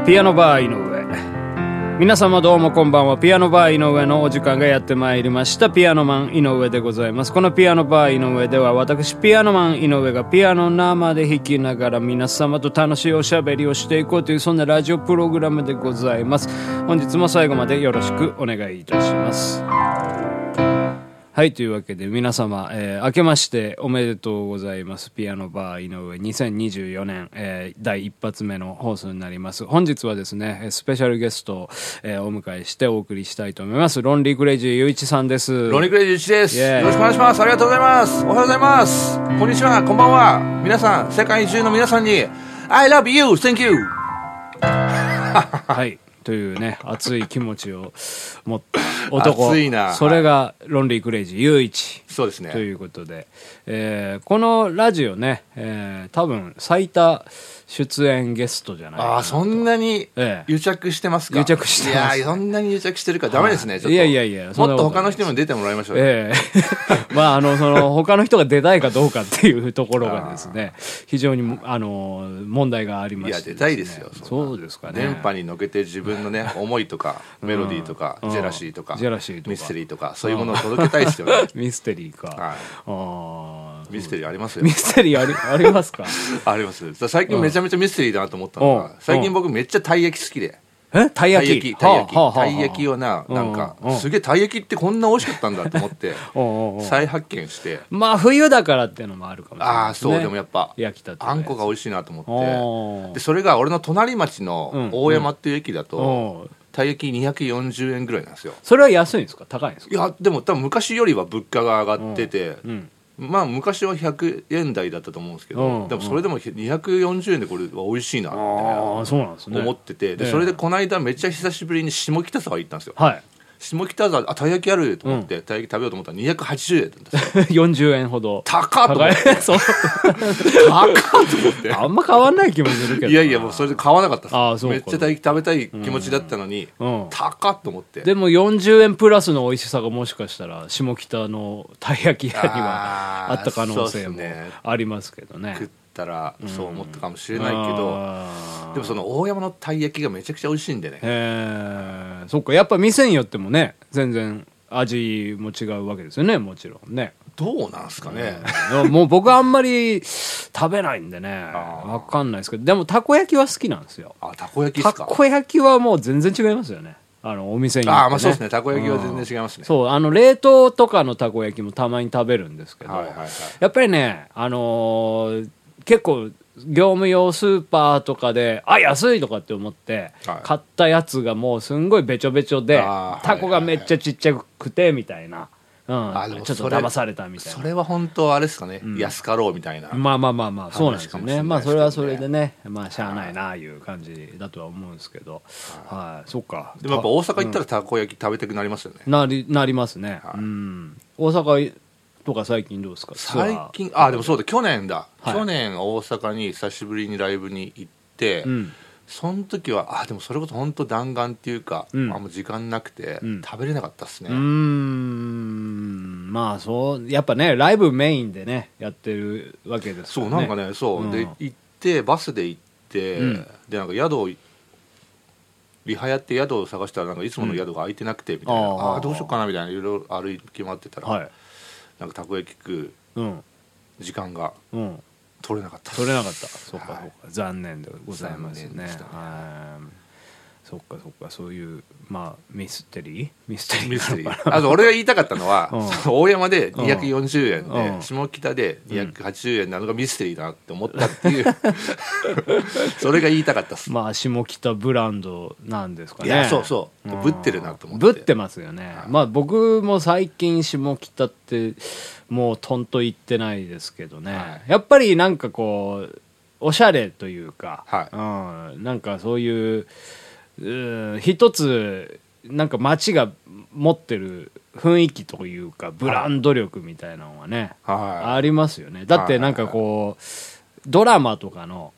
ピアノバー井上。皆様どうもこんばんは。ピアノバー井上のお時間がやってまいりました。ピアノマン井上でございます。このピアノバー井上では私ピアノマン井上がピアノ生で弾きながら皆様と楽しいおしゃべりをしていこうというそんなラジオプログラムでございます。本日も最後までよろしくお願いいたします。はい、というわけで皆様、明けましておめでとうございます。ピアノバー井上2024年、第一発目の放送になります。本日はですねスペシャルゲストを、お迎えしてお送りしたいと思います。ロンリークレイジーゆういちさんです。 ロンリークレイジーゆういちです。よろしくお願いします。ありがとうございます。おはようございます。こんにちは、こんばんは。皆さん、世界中の皆さんに I love you, thank you はいというね熱い気持ちを持った男、 熱いな。 それがロンリークレイジーゆういち。 そうですね。 ということで、このラジオね、多分最多出演ゲストじゃないかなと。 ああ、そんなに癒着してますか。 癒着してます。 いや、そんなに癒着してるからダメですね、ちょっと。 いやいやいや、 もっと他の人にも出てもらいましょうよ。 まあその他の人が出たいかどうかっていうところがですね非常に問題がありまして、ね、 いや出たいですよ。 そうですかね。 電波に乗けて自分のね思いとかメロディーとか、ジェラシーとかミステリーとかそういうものを届けたいですよね。 ミステリーか、 はい、ミステリーありますよ。 ミステリーありますか。 あります。最近めちゃめちゃミステリーだなと思ったのが、最近僕めっちゃたい焼き好きで。 たい焼きをなんかすげえたい焼きってこんな美味しかったんだと思って再発見して。 まあ冬だからっていうのもあるかもしれないですね。 ああそう。でもやっぱ焼きたてあんこが美味しいなと思って、でそれが俺の隣町の大山っていう駅だとたい焼き240円ぐらいなんですよ。 それは安いんですか高いんですか。 いやでも多分昔よりは物価が上がってて、まあ昔は100円台だったと思うんですけど、でもそれでも240円でこれは美味しいなって思ってて、でそれでこの間めっちゃ久しぶりに下北沢行ったんですよ。はい。下北沢たい焼きあると思ってたい焼き食べようと思ったら280円だったんですよ。 40円ほど高っと思って高っと思ってあんま変わんない気もするけど。 いやいやもうそれで買わなかったです。めっちゃたい焼き食べたい気持ちだったのに高っと思って。 でも40円プラスの美味しさがもしかしたら下北のたい焼き屋にはあった可能性もありますけどね。 食ったらそう思ったかもしれないけど、でもその大山のたい焼きがめちゃくちゃ美味しいんでね。 そっか、やっぱ店によってもね全然味も違うわけですよね。もちろんね。 どうなんすかね。 もう僕あんまり食べないんでねわかんないですけど、でもたこ焼きは好きなんですよ。 あ、たこ焼きですか。 たこ焼きはもう全然違いますよね。お店に行ってね。 まあそうですね。たこ焼きは全然違いますね。 そう冷凍とかのたこ焼きもたまに食べるんですけど、やっぱりね結構業務用スーパーとかで安いとかって思って買ったやつがもうすんごいべちょべちょでタコがめっちゃちっちゃくてみたいな、ちょっと騙されたみたいな。 それは本当あれですかね、安かろうみたいな。 まあそうなんですよね。まあそれはそれでね、まあしゃあないなあいう感じだとは思うんですけど、そっか。 でもやっぱ大阪行ったらたこ焼き食べたくなりますよね。 なりますね。大阪とか最近どうですか。 最近でもそうだ、去年大阪に久しぶりにライブに行って、その時はでもそれこそ本当弾丸っていうか、もう時間なくて食べれなかったっすね。 まあそうやっぱねライブメインでねやってるわけですからね。 そうなんかね、そうで行ってバスで行って、でなんかリハやって宿を探したらなんかいつもの宿が空いてなくてみたいな、どうしようかなみたいないろいろ歩き回ってたら、なんかたこ焼き食う時間が取れなかった。 そうか残念でございますね。そっかそういうミステリー俺が言いたかったのは、大山で240円で下北で280円なのがミステリーだなって思ったっていうそれが言いたかったっす。 まあ下北ブランドなんですかね。 いやそうぶってるなと思って。 ぶってますよね。まあ僕も最近下北ってもうとんと行ってないですけどね、やっぱりなんかこうおしゃれというか、なんかそういう一つなんか街が持ってる雰囲気というかブランド力みたいなのはね、ありますよね。だってなんかこうドラマとかの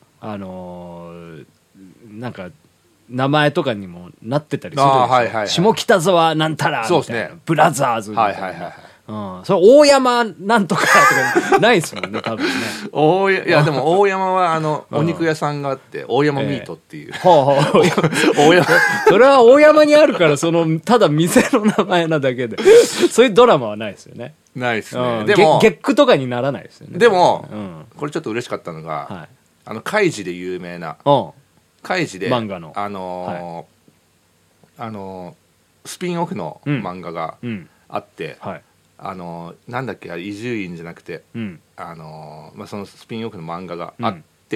なんか名前とかにもなってたりするでしょ。下北沢なんたらみたいな、ブラザーズみたいな、 それ大山なんとかとかないですもんね多分ね。 いやでも大山はお肉屋さんがあって大山ミートっていう、 大山それは大山にあるからただ店の名前なだけでそういうドラマはないですよね。 ないですね。でも月9とかにならないですよね。 でも、これちょっと嬉しかったのが、カイジで有名なカイジで漫画のスピンオフの漫画があって、なんだっけ伊集院じゃなくて、そのスピンオフの漫画があって、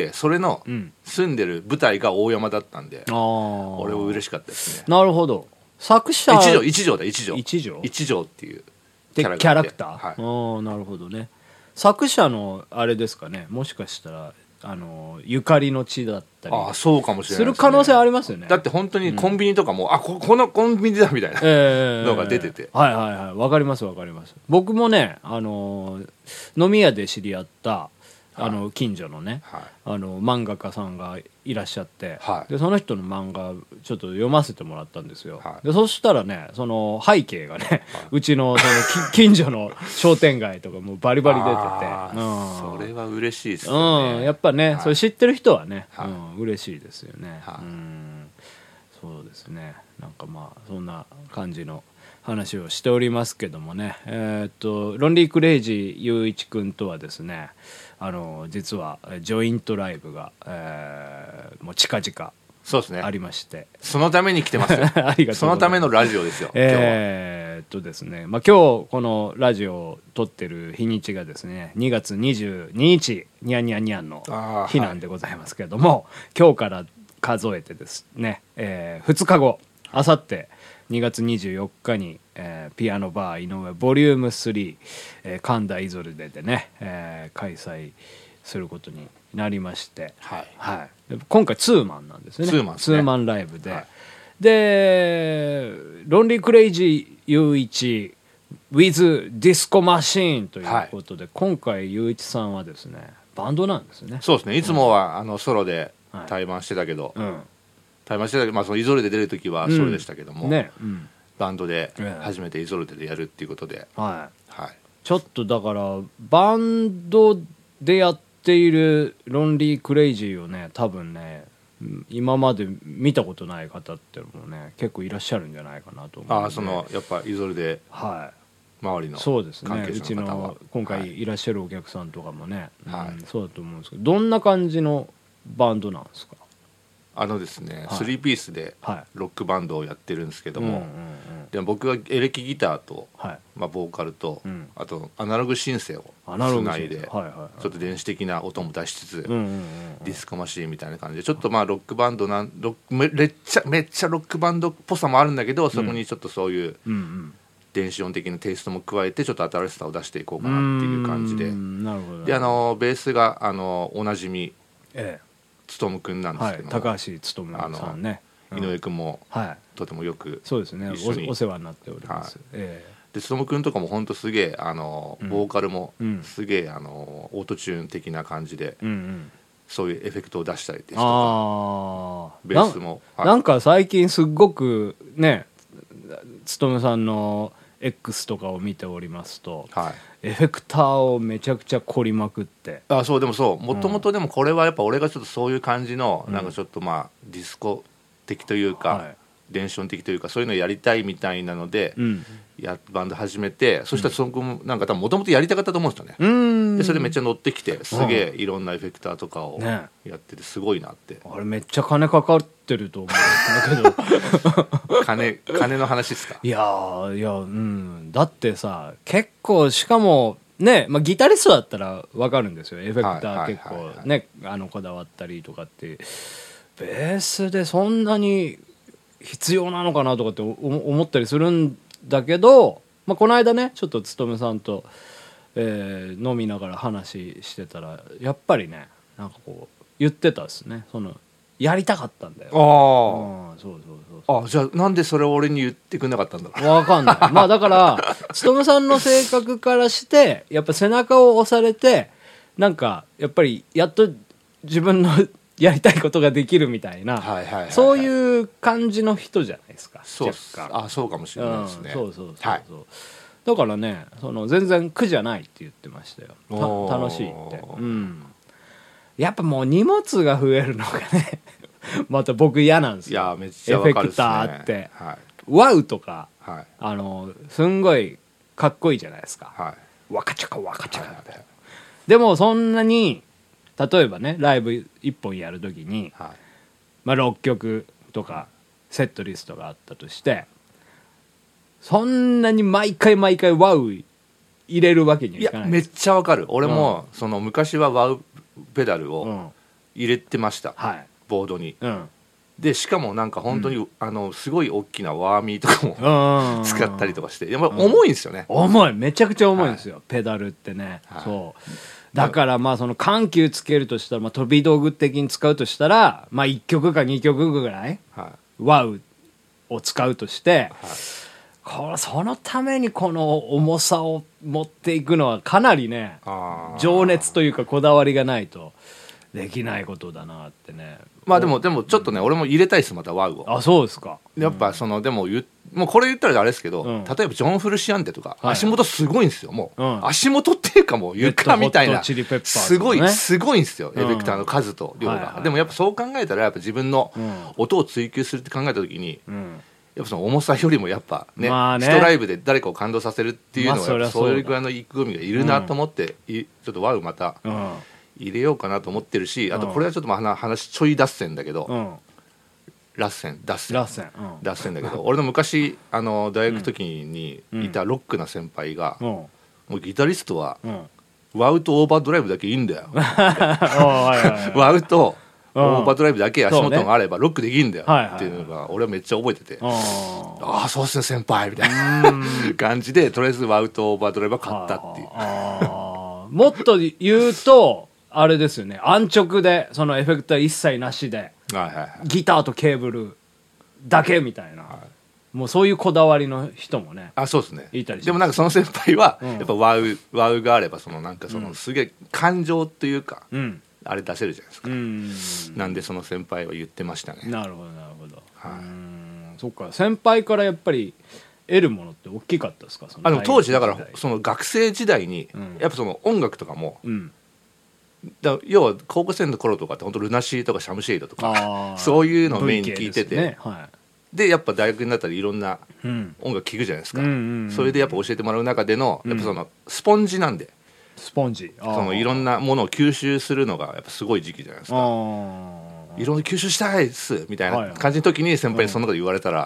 それの住んでる舞台が大山だったんで、俺は嬉しかったですね。 なるほど。作者一条っていうキャラクター。 なるほどね。作者のあれですかね、もしかしたらゆかりの地だったりそうかもしれないする可能性ありますよね。 だって本当にコンビニとかも、このコンビニだみたいなのが出てて、 わかりますわかります。僕もね飲み屋で知り合った近所のね、漫画家さんがいらっしゃって、でその人の漫画ちょっと読ませてもらったんですよ。でそしたらねその背景がね、うちの近所の商店街とかもバリバリ出てて、 それは嬉しいですよね。 やっぱね、それ知ってる人はね、嬉しいですよね。そうですね。なんかまあそんな感じの話をしておりますけどもね、ロンリークレイジーゆういちくんとはですね、実はジョイントライブが、もう近々 そうですねありまして、 そのために来てますよ。 ありがとうございます。 そのためのラジオですよ。今日ですね、今日このラジオを撮ってる日にちがですね2月22日にゃんにゃんにゃんの日なんでございますけれども、今日から数えてですね、2日後あさって2月24日に、ピアノバー井上ボリューム3、神田イゾルデでね、開催することになりまして、今回ツーマンなんですよね。ツーマンライブで、でロンリークレイジーゆういち with ディスコマシーンということで、今回ゆういちさんはですねバンドなんですね。 そうですね。いつもはソロで対バンしてたけど、そのイゾルデ出る時はソロでしたけども、バンドで初めてイゾルデでやるっていうことで、 ちょっとだからバンドでやっているロンリークレイジーをね多分ね今まで見たことない方っていうのもね結構いらっしゃるんじゃないかなと思う。 やっぱイゾルデ周りのそうですね、うちの今回いらっしゃるお客さんとかもね、そうだと思うんですけど、どんな感じのバンドなんですか？ ですね、3ピースでロックバンドをやってるんですけども、で僕がエレキギターと、ボーカルと、あとアナログシンセをつないで、ちょっと電子的な音も出しつつ、ディスコマシーンみたいな感じで、ちょっとロックバンドめっちゃロックバンドっぽさもあるんだけど、そこにちょっとそういう電子音的なテイストも加えてちょっと新しさを出していこうかなっていう感じで、でベースがおなじみつとむくんなんですけども、 高橋つとむさんね、 井上くんもとてもよくそうですね、お世話になっております。 でつとむくんとかも本当すげえボーカルもすげえオートチューン的な感じで、そういうエフェクトを出したりですとか、ベースもなんか最近すっごくねつとむさんの X とかを見ておりますと、エフェクターをめちゃくちゃ凝りまくって、 そうでももともとでもこれはやっぱ俺がちょっとそういう感じの、なんかちょっとディスコ的というか、電子音的というかそういうのをやりたいみたいなので、バンド始めて、そしたらそこもなんか多分もともとやりたかったと思うんですよね。でそれでめっちゃ乗ってきて、すげえいろんなエフェクターとかをやっててすごいなって、 あれめっちゃ金かかってると思うんですけど金の話ですか？ いやだってさ結構しかもね、ギタリストだったら分かるんですよ、エフェクター結構ねこだわったりとかって。ベースでそんなに必要なのかなとかって思ったりするんだけど、この間ねちょっとつとむさんと、飲みながら話してたらやっぱりねなんかこう言ってたですね、やりたかったんだよ。そうじゃあなんでそれを俺に言ってくれなかったんだろう。 分かんないだからつとむさんの性格からしてやっぱ背中を押されて、なんかやっぱりやっと自分のやりたいことができるみたいな、そういう感じの人じゃないですか。 そうかもしれないですね。 だからね全然苦じゃないって言ってましたよ。楽しいって、やっぱもう荷物が増えるのがねまた僕嫌なんですよ。 いやめっちゃわかるっすね。 エフェクターって、 はい、 ワウとか、 はい、 すんごいかっこいいじゃないですか、 はい、 ワカチャカワカチャカみたいな。でもそんなに例えばねライブ1本やるときに、 はい、 まあ、6曲とかセットリストがあったとしてそんなに毎回毎回ワウ入れるわけにはいかない。 いやめっちゃわかる。俺も、その昔はワウペダルを入れてました、 はい、 ボードに、でしかもなんか本当に、すごい大きなワーミーとかも使ったりとかしてやっぱ重いんですよね、 重いめちゃくちゃ重いんですよ、ペダルってね、そうだからまあその緩急つけるとしたら、まあ、飛び道具的に使うとしたら、まあ、1曲か2曲ぐらい、ワウを使うとして、そのためにこの重さを持っていくのはかなりね情熱というかこだわりがないとできないことだなってね。 まあでもちょっとね、俺も入れたいですまたワウを。 あ、そうですか。 やっぱそのでももうこれ言ったらあれですけど、例えばジョン・フルシアンテとか、足元すごいんですよ。もう、足元っていうかもう床みたいなすごいんですよ、エフェクターの数と量が、でもやっぱそう考えたらやっぱ自分の音を追求するって考えた時に、やっぱその重さよりもやっぱね、ストライブで誰かを感動させるっていうのはやっぱそういうぐらいの意気込みがいるなと思って、ちょっとワウまた入れようかなと思ってるし、あとこれはちょっと話ちょい脱線だけど、脱線だけど俺の昔大学時にいたロックな先輩が、もうギタリストはワウとオーバードライブだけいいんだよワウとオーバードライブだけ足元があればロックできるんだよっていうのが俺はめっちゃ覚えてて、ああそうっすね先輩みたいな感じでとりあえずワウとオーバードライブは買ったっていう。 もっと言うとあれですよね、安直でそのエフェクター一切なしで、ギターとケーブルだけみたいな、もうそういうこだわりの人もね、 そうですね、 いたりします。 でもなんかその先輩はやっぱワウがあればそのなんかそのすげえ感情というか、あれ出せるじゃないですか。なんでその先輩は言ってましたね。 なるほどなるほど。そっか、先輩からやっぱり得るものって大きかったですか？ でも当時だからその学生時代にやっぱその音楽とかも、要は高校生の頃とかって本当ルナシーとかシャムシェイドとかそういうのをメインに聞いてて、でやっぱ大学になったらいろんな音楽聴くじゃないですか。それでやっぱ教えてもらう中でのやっぱそのスポンジなんで、そのいろんなものを吸収するのがやっぱすごい時期じゃないですか。いろんな吸収したいっすみたいな感じの時に先輩にそんなこと言われたら、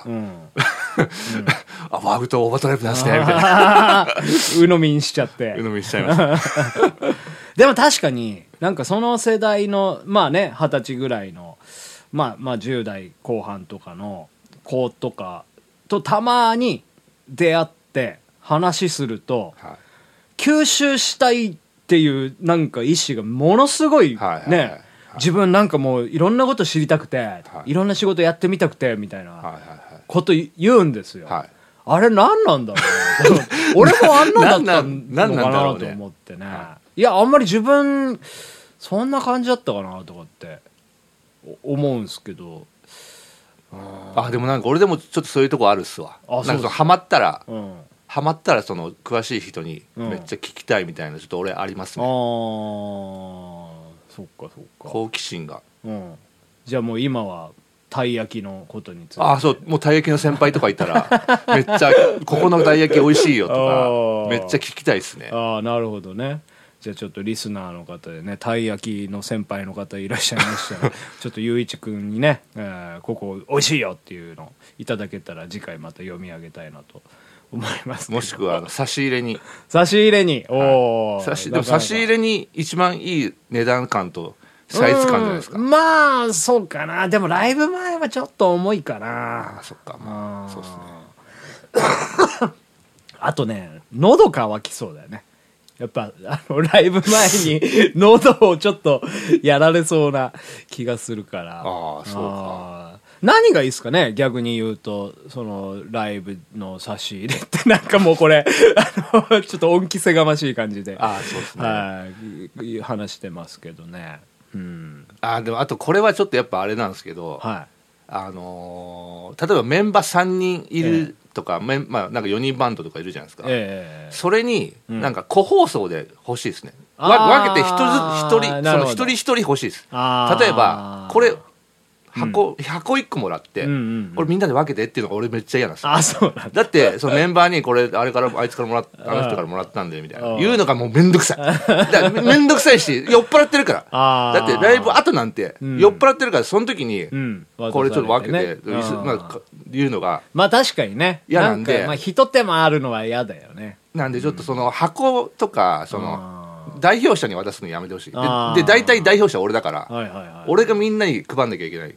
ワウとオーバードライブ出してみたいな鵜呑みにしちゃって、 鵜呑みにしちゃいましたでも確かになんかその世代のまあね20歳ぐらいのまあ10代後半とかの子とかとたまに出会って話すると、吸収したいっていうなんか意思がものすごいね、自分なんかもういろんなこと知りたくて、いろんな仕事やってみたくてみたいなこと言うんですよ。あれ何なんだろうね俺もあんなだったのかなと思ってね。いやあんまり自分そんな感じだったかなとかって思うんすけど、 でもなんか俺でもちょっとそういうとこあるっすわ。なんかそのハマったらその詳しい人にめっちゃ聞きたいみたいなちょっと俺ありますね。 そっか好奇心が。 じゃあもう今はたい焼きのことについて。 そうもうたい焼きの先輩とかいたらめっちゃここのたい焼き美味しいよとかめっちゃ聞きたいですね。 なるほどね。じゃあちょっとリスナーの方でねたい焼きの先輩の方いらっしゃいましたらちょっとゆういちくんにね、ここ美味しいよっていうのをいただけたら次回また読み上げたいなと思います。 もしくは差し入れにでも差し入れに一番いい値段感とサイズ感じゃないですか。 まあそうかな。でもライブ前はちょっと重いかな。 そっか、そうっすねあとね喉乾きそうだよね。やっぱライブ前に喉をちょっとやられそうな気がするから。 そうか。 何がいいですかね逆に言うと、そのライブの差し入れってなんかもうこれちょっと恩着せがましい感じでそうですね、 話してますけどね。 でもあとこれはちょっとやっぱあれなんですけど、 例えばメンバー3人いるとか、なんか4人バンドとかいるじゃないですか、それになんか個包装で欲しいですね、分けて一人一人欲しいです。例えばこれ箱1個もらって、俺みんなで分けてっていうのが俺めっちゃ嫌なんですよ。 そうなんだってそのメンバーにこれあいつからもらったあの人からもらったんでみたいな言うのがもうめんどくさいめんどくさいし酔っ払ってるから。だってライブ後なんて酔っ払ってるから、その時にこれちょっと分けて言うのがまあ確かにね嫌なんで、 まあ一手間あるのは嫌だよね。 なんでちょっとその箱とかその代表者に渡すのやめてほしい。で大体代表者俺だから、俺がみんなに配んなきゃいけない。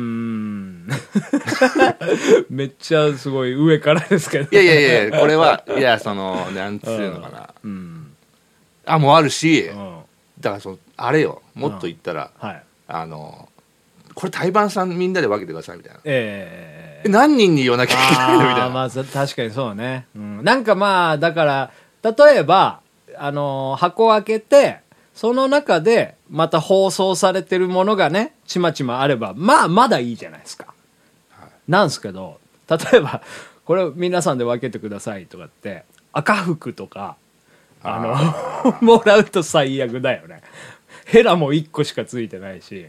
めっちゃすごい上からですけど。 いやこれはいやそのなんつうのかな、もうあるし、だからそのあれよ、もっと言ったら、これ対バンさんみんなで分けてくださいみたいな、何人に言わなきゃいけないのみたいな。 まあ確かにそうね、なんかまあだから例えば箱を開けてその中でまた包装されてるものがねちまちまあればまだいいじゃないですか、なんですけど例えばこれ皆さんで分けてくださいとかって赤服とかもらうと最悪だよね。ヘラも1個しかついてないし、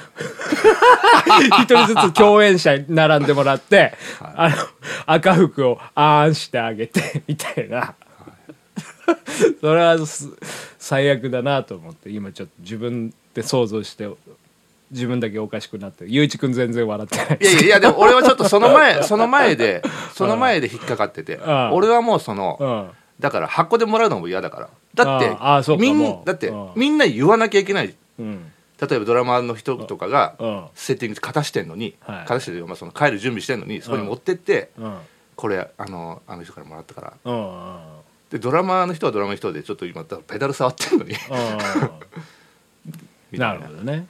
一人ずつ共演者に並んでもらって、赤服をあーんしてあげてみたいな、それは最悪だなと思って今ちょっと自分で想像して自分だけおかしくなってゆういちくん全然笑ってない。 いやでも俺はちょっとその前で引っかかってて、俺はもうだから箱でもらうのも嫌だから。だってみんなに言わなきゃいけない、例えばドラマーの人とかがセッティング片してんのに、片してる、その帰る準備してんのにそこに持ってって、これあの人からもらったから、でドラマーの人はドラマーの人でちょっと今ペダル触ってんのになるほどね。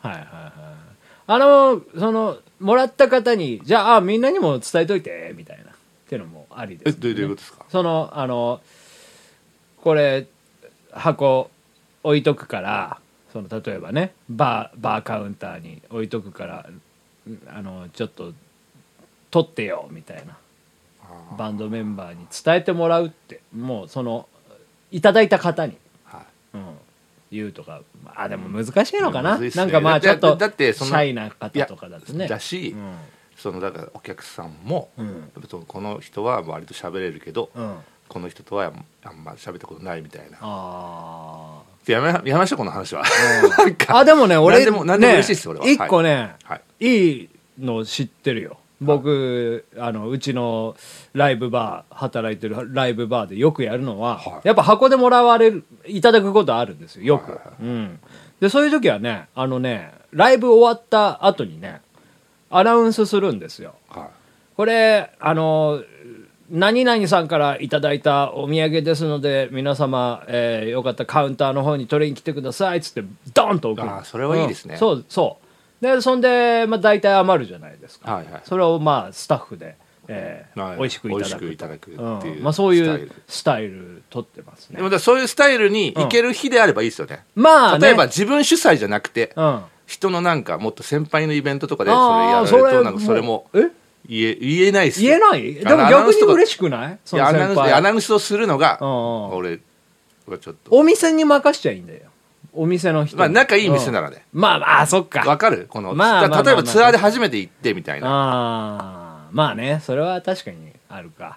そのもらった方にじゃあみんなにも伝えといてみたいなっていうのもありです、ね。 どういうことですか。 そのこれ箱置いとくから例えばねバーカウンターに置いとくからちょっと取ってよみたいなバンドメンバーに伝えてもらうって、もういただいた方に、言うとか、でも難しいのかな、なんかまあちょっとシャイな方とかだとねだし、だからお客さんも、この人は割と喋れるけど、この人とはあんま喋ったことないみたいな。やめましょうこの話は。 でもね俺何でも嬉しいです俺は。 一個ね、いいの知ってるよ僕。うちのライブバー働いてるライブバーでよくやるのは、やっぱ箱でいただくことあるんですよよく。でそういう時はねライブ終わった後にねアナウンスするんですよ。これ何々さんからいただいたお土産ですので皆様、よかったらカウンターの方に取りに来てくださいっつってドーンと送る。 それはいいですね。 そうでそんで、大体余るじゃないですか、それをスタッフで、美味しくいただくっていう、そういうスタイル取ってますね。 でもそういうスタイルに行ける日であればいいですよね。例えば自分主催じゃなくて、人のなんかもっと先輩のイベントとかでそれやられるとなんかそれも言えないっす。 言えない。でも逆に嬉しくない？ アナウンスをするのが俺はちょっとお店に任しちゃいいんだよ。お店の人、 仲いい店ならね、 そっか、 わかる。例えばツアーで初めて行ってみたいな。 それは確かにあるか。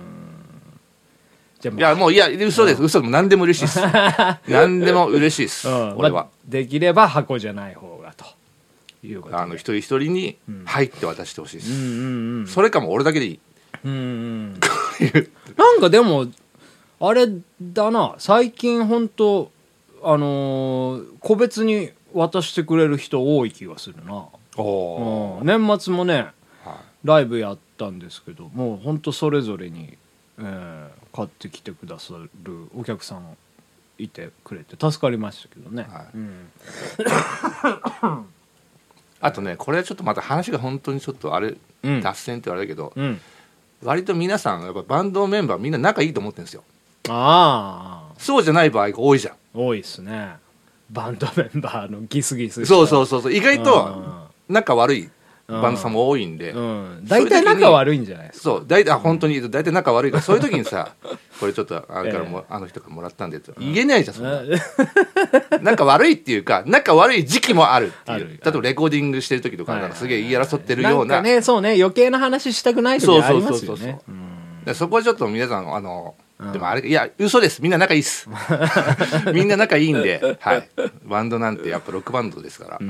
いやもう嘘です。嘘でも何でも嬉しいです。何でも嬉しいです。俺はできれば箱じゃない方がということ。 一人一人に入って渡してほしいです。それかも俺だけでいい。なんかでもあれだな、最近本当個別に渡してくれる人多い気がするな。年末もね、ライブやったんですけど、もう本当それぞれに、買ってきてくださるお客さんいてくれて助かりましたけどね。 あとね、これはちょっとまた話が本当にちょっと脱線ってあれだけど、割と皆さんやっぱバンドメンバーみんな仲いいと思ってるんですよ。そうじゃない場合が多いじゃん。 多いですね。バンドメンバーのギスギス。 そう意外と仲悪いバンドさんも多いんで、 大体仲悪いんじゃないですか。 そう大体本当に大体仲悪いから、そういう時にさこれちょっとあれからも、あの人からもらったんでって言えないじゃん、そんな仲悪いっていうか、仲悪い時期もあるっていう。例えばレコーディングしてる時とか、なんかすげえ言い争ってるような、 なんかね、そうね、余計な話したくない時ありますよね。 そこはちょっと皆さんでもあれ、いや嘘です、みんな仲いいっすみんな仲いいんで、はい、バンドなんてやっぱロックバンドですから、はい、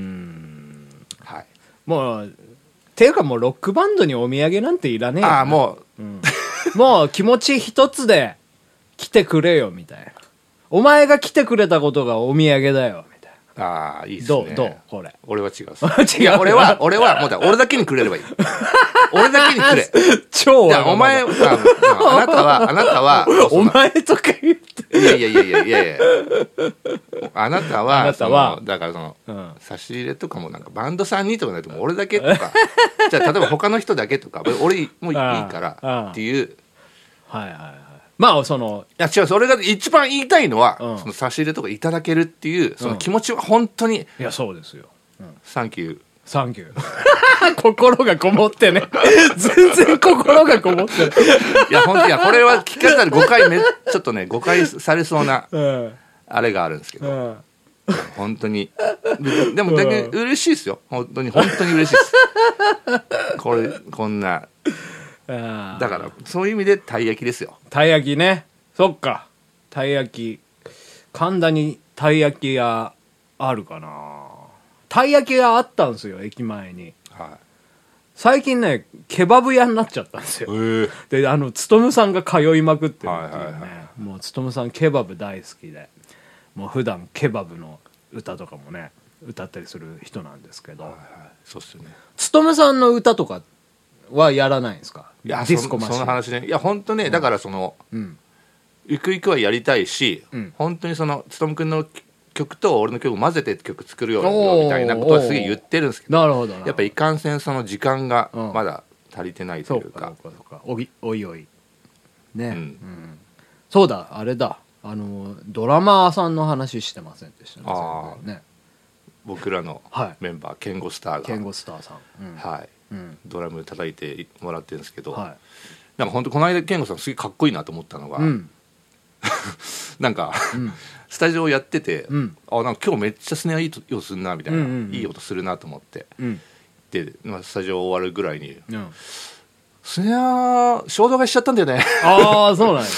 もうっていうかもうロックバンドにお土産なんていらねえよ。 もう、もう気持ち一つで来てくれよみたいな。お前が来てくれたことがお土産だよみたいな。いいっすね。 どうこれ。 俺は違うっす。いや俺はもう俺だけにくれればいい。俺だけにくれ。 超わがまま。お前、あなたはお前とか言って。 いやあなたはだから差し入れとかもなんかバンドさんにとかないとも俺だけとかじゃあ例えば他の人だけとか俺もういいからっていう。 はいはいはい。まあいや違う、それが一番言いたいのは、その差し入れとかいただけるっていうその気持ちは本当に、 いやそうですよ、 サンキューサンキュー心がこもってね全然心がこもってるいや本当、いやこれは聞かれたらちょっとね誤解されそうなあれがあるんですけど、本当にでもだけ嬉しいですよ、本当に嬉しいですこんなだからそういう意味でたい焼きですよ。 たい焼きね、そっか、たい焼き、神田にたい焼き屋あるかな。たい焼き屋あったんですよ駅前に、最近ねケバブ屋になっちゃったんですよ。でつとむさんが通いまくってるっていうね、もうつとむさんケバブ大好きで、もう普段ケバブの歌とかもね歌ったりする人なんですけど、 そうっすよね。 つとむさんの歌とかはやらないんですか。 いやディスコマシンその話ね。いや本当ね、だからゆくゆくはやりたいし、本当につとむくんの曲と俺の曲を混ぜて曲作るよみたいなことはすげえ言ってるんですけど、 なるほど、 やっぱいかんせんその時間がまだ足りてないというか、 おいね、そうだ、あれだ、ドラマーさんの話してませんでしたね。 僕らのメンバー、ケンゴスターが、 ケンゴスターさん、 はい、ドラム叩いてもらってるんですけど、なんか本当この間ケンゴさんすげえかっこいいなと思ったのが、なんかスタジオやってて、なんか今日めっちゃスネアいい音するなみたいな、いい音するなと思って、でスタジオ終わるぐらいに、スネア衝動買いしちゃったんだよねああそうなんや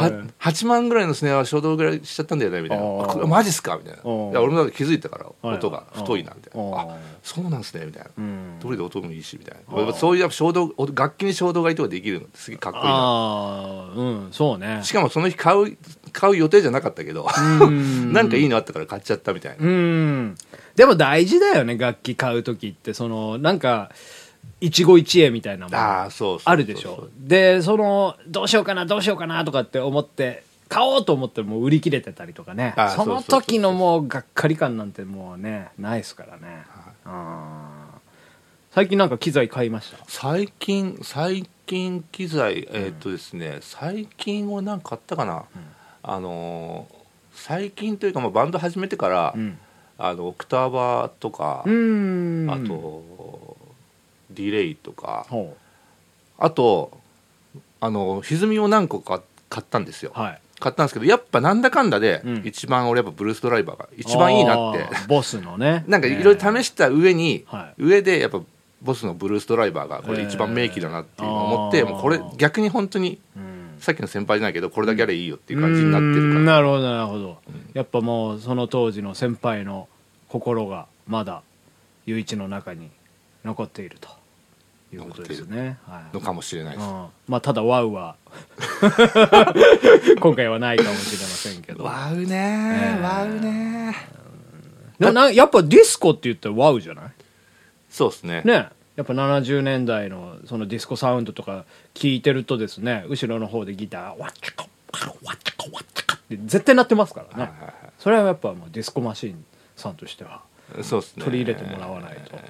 8万ぐらいのスネアは衝動買いしちゃったんだよねみたいな、マジっすかみたいな、いや俺も気づいたから音が太いなみたいな、あそうなんすねみたいな、どれで音もいいしみたいな、そういう楽器に衝動買いとかできるのってすげえかっこいいな。 そうね。 しかもその日買う予定じゃなかったけどなんかいいのあったから買っちゃったみたいな。 でも大事だよね、楽器買う時って。なんか一期一会みたいなものあるでしょ。でどうしようかなとかって思って買おうと思っても売り切れてたりとかね、その時のもうがっかり感なんてもうねないですからね。最近なんか機材買いました？ 最近機材ですね、最近は何か買ったかな、最近というかバンド始めてから、オクターバーとか、あとディレイとか、あと歪みを何個か買ったんですよ、買ったんですけど、やっぱなんだかんだで、一番俺やっぱブルースドライバーが一番いいなってボスのねなんかいろいろ試した上でやっぱボスのブルースドライバーがこれ一番名機だなっていうのを思って、もうこれ逆に本当にさっきの先輩じゃないけどこれだけあれいいよっていう感じになってるから。 なるほどなるほど、やっぱもうその当時の先輩の心がまだゆういちの中に残っているということですね。 のかもしれないです。 まあただワウは今回はないかもしれませんけど。 ワウね。 でもやっぱディスコって言ったらワウじゃない？ そうですね。 やっぱ70年代のそのディスコサウンドとか聞いてるとですね、後ろの方でギターワッチャカワッチャカワッチャカって絶対鳴ってますからね。それはやっぱもうディスコマシンさんとしてはそうですね、 取り入れてもらわないと。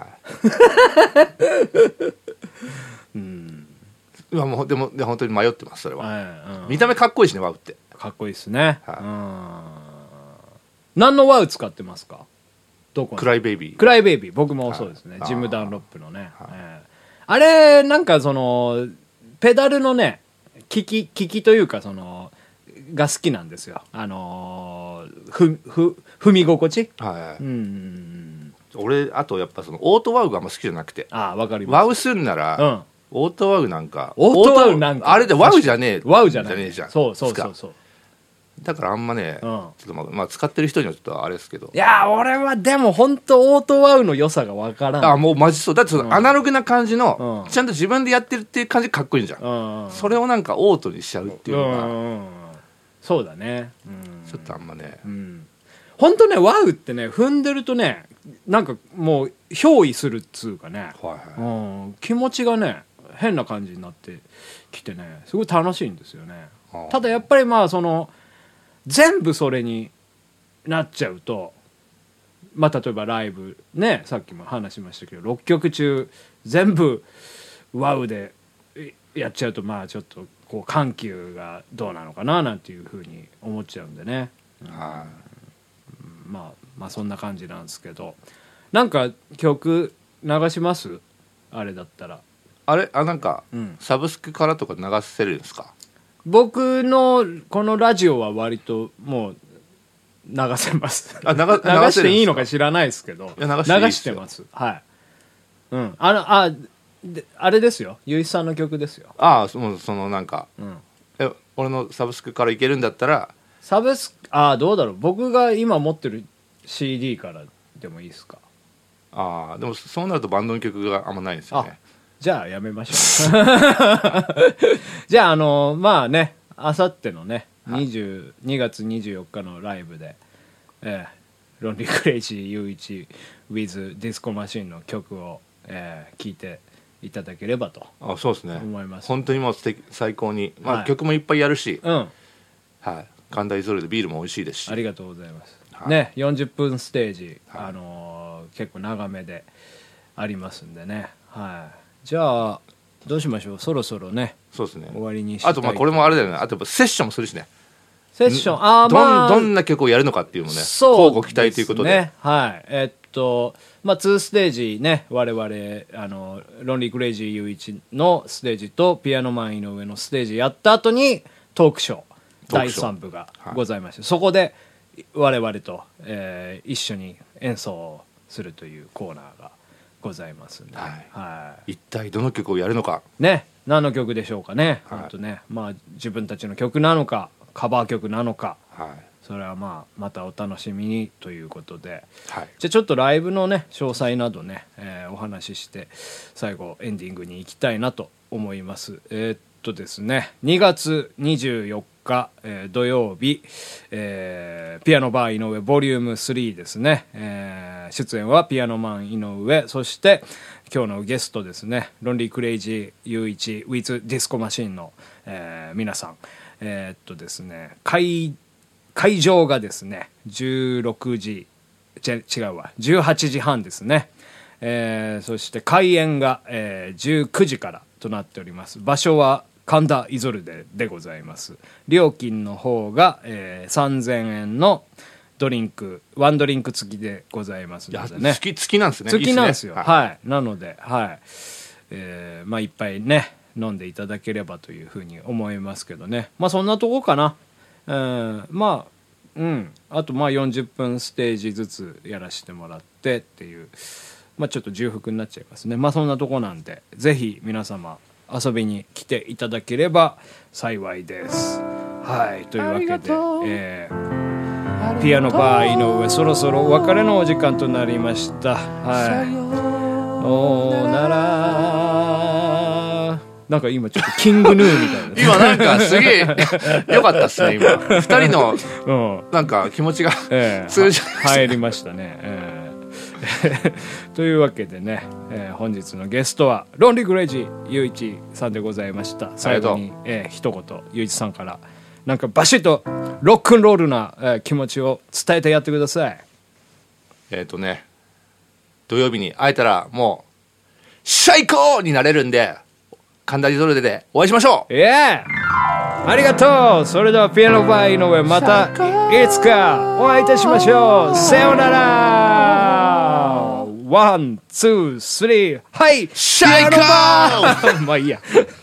もうでも本当に迷ってますそれは。見た目かっこいいしね、ワウってかっこいいですね。何のワウ使ってますか？ どこ？クライベイビー。 クライベイビー、僕もそうですね、ジム・ダンロップのね、あれなんかそのペダルのね効きというかそのが好きなんですよ。踏み心地。 はい。俺あとやっぱそのオートワウがあんま好きじゃなくて。 わかります。 ワウするなら、オートワウなんか。 オートワウなんか。 あれでワウじゃねえ。 ワウじゃねえじゃん。 そう。 だからあんまね、ちょっとまあ使ってる人にはちょっとあれですけど。 いや俺はでも本当オートワウの良さがわからない。 もうマジそう。だってそのアナログな感じの、ちゃんと自分でやってるっていう感じかっこいいじゃん。それをなんかオートにしちゃうっていうのが。 そうだね。 ちょっとあんまね。 本当ね、ワウってね、踏んでるとね、なんかもう憑依するっつうかね、気持ちがね、変な感じになってきてね、すごい楽しいんですよね。ただやっぱりまあその全部それになっちゃうと、まあ例えばライブね、さっきも話しましたけど6曲中全部ワウでやっちゃうと、まあちょっとこう緩急がどうなのかななんていうふうに思っちゃうんでね、まあそんな感じなんですけど、なんか曲流します？あれだったらなんか、サブスクからとか流せるんですか？ 僕のこのラジオは割ともう流せます。流していいのか知らないですけど、流してます。はい。あれですよ、ゆいさんの曲ですよ。 そのなんか、俺のサブスクからいけるんだったら、 サブスクどうだろう、僕が今持ってる CD からでもいいですか？ でもそうなるとバンドの曲があんまないんですよね。 じゃあやめましょう。じゃあまあね、あさってのね、2月24日のライブで、ロンリークレイジーゆういち with ディスコマシンの曲を、聴いていただければとそうですね、 思います。 本当にもう最高に、曲もいっぱいやるし、神田イゾルでビールも美味しいですし。 ありがとうございます、ね。40分ステージ、結構長めでありますんでね。じゃあどうしましょう、そろそろね。 そうですね、 終わりにしたい。 あとこれもあれだよね、あとセッションもするしね。 セッションどんな曲をやるのかっていうのもね、交互期待ということで、 ね、2ステージね、我々ロンリークレイジーゆういちのステージとピアノマン井上のステージやった後にトークショー第3部がございまして、そこで我々と、一緒に演奏をするというコーナーがございますんで、 一体どの曲をやるのかね、何の曲でしょうかね。本当ね、自分たちの曲なのかカバー曲なのか、それはまたお楽しみにということで、じゃあちょっとライブのね詳細などね、お話しして最後エンディングに行きたいなと思います。ですね、2月24日、土曜日、ピアノバー井上ボリューム3ですね、出演はピアノマン井上、そして今日のゲストですね、ロンリークレイジーゆういち with ディスコマシンの、皆さん、ですね、会場がですね18時半ですね、そして開演が、19時からとなっております。場所は神田イゾルデでございます。料金の方が、3000円のドリンクワンドリンク付きでございますのでね。 付きなんですね。 付きなんですよ。なので、いっぱいね飲んでいただければというふうに思いますけどね。そんなとこかな。あと40分ステージずつやらせてもらってっていう、ちょっと重複になっちゃいますね。そんなとこなんで、ぜひ皆様遊びに来ていただければ幸いです。というわけで、ピアノバー井上、そろそろお別れのお時間となりました。おなら、なんか今ちょっとキングヌーみたいな今なんかすげえよかったっすね。今2人のなんか気持ちが通じ入りましたね。というわけでね、本日のゲストはロンリークレイジーゆういちさんでございました。最後に、一言ゆういちさんからなんかバシッとロックンロールな、気持ちを伝えてやってください。 土曜日に会えたらもう最高になれるんで、神田リゾルデでお会いしましょう。 ありがとう。それではピアノバー井上、またいつかお会いいたしましょう。さようなら。 ワンツースリーはいシャイコーまあいいや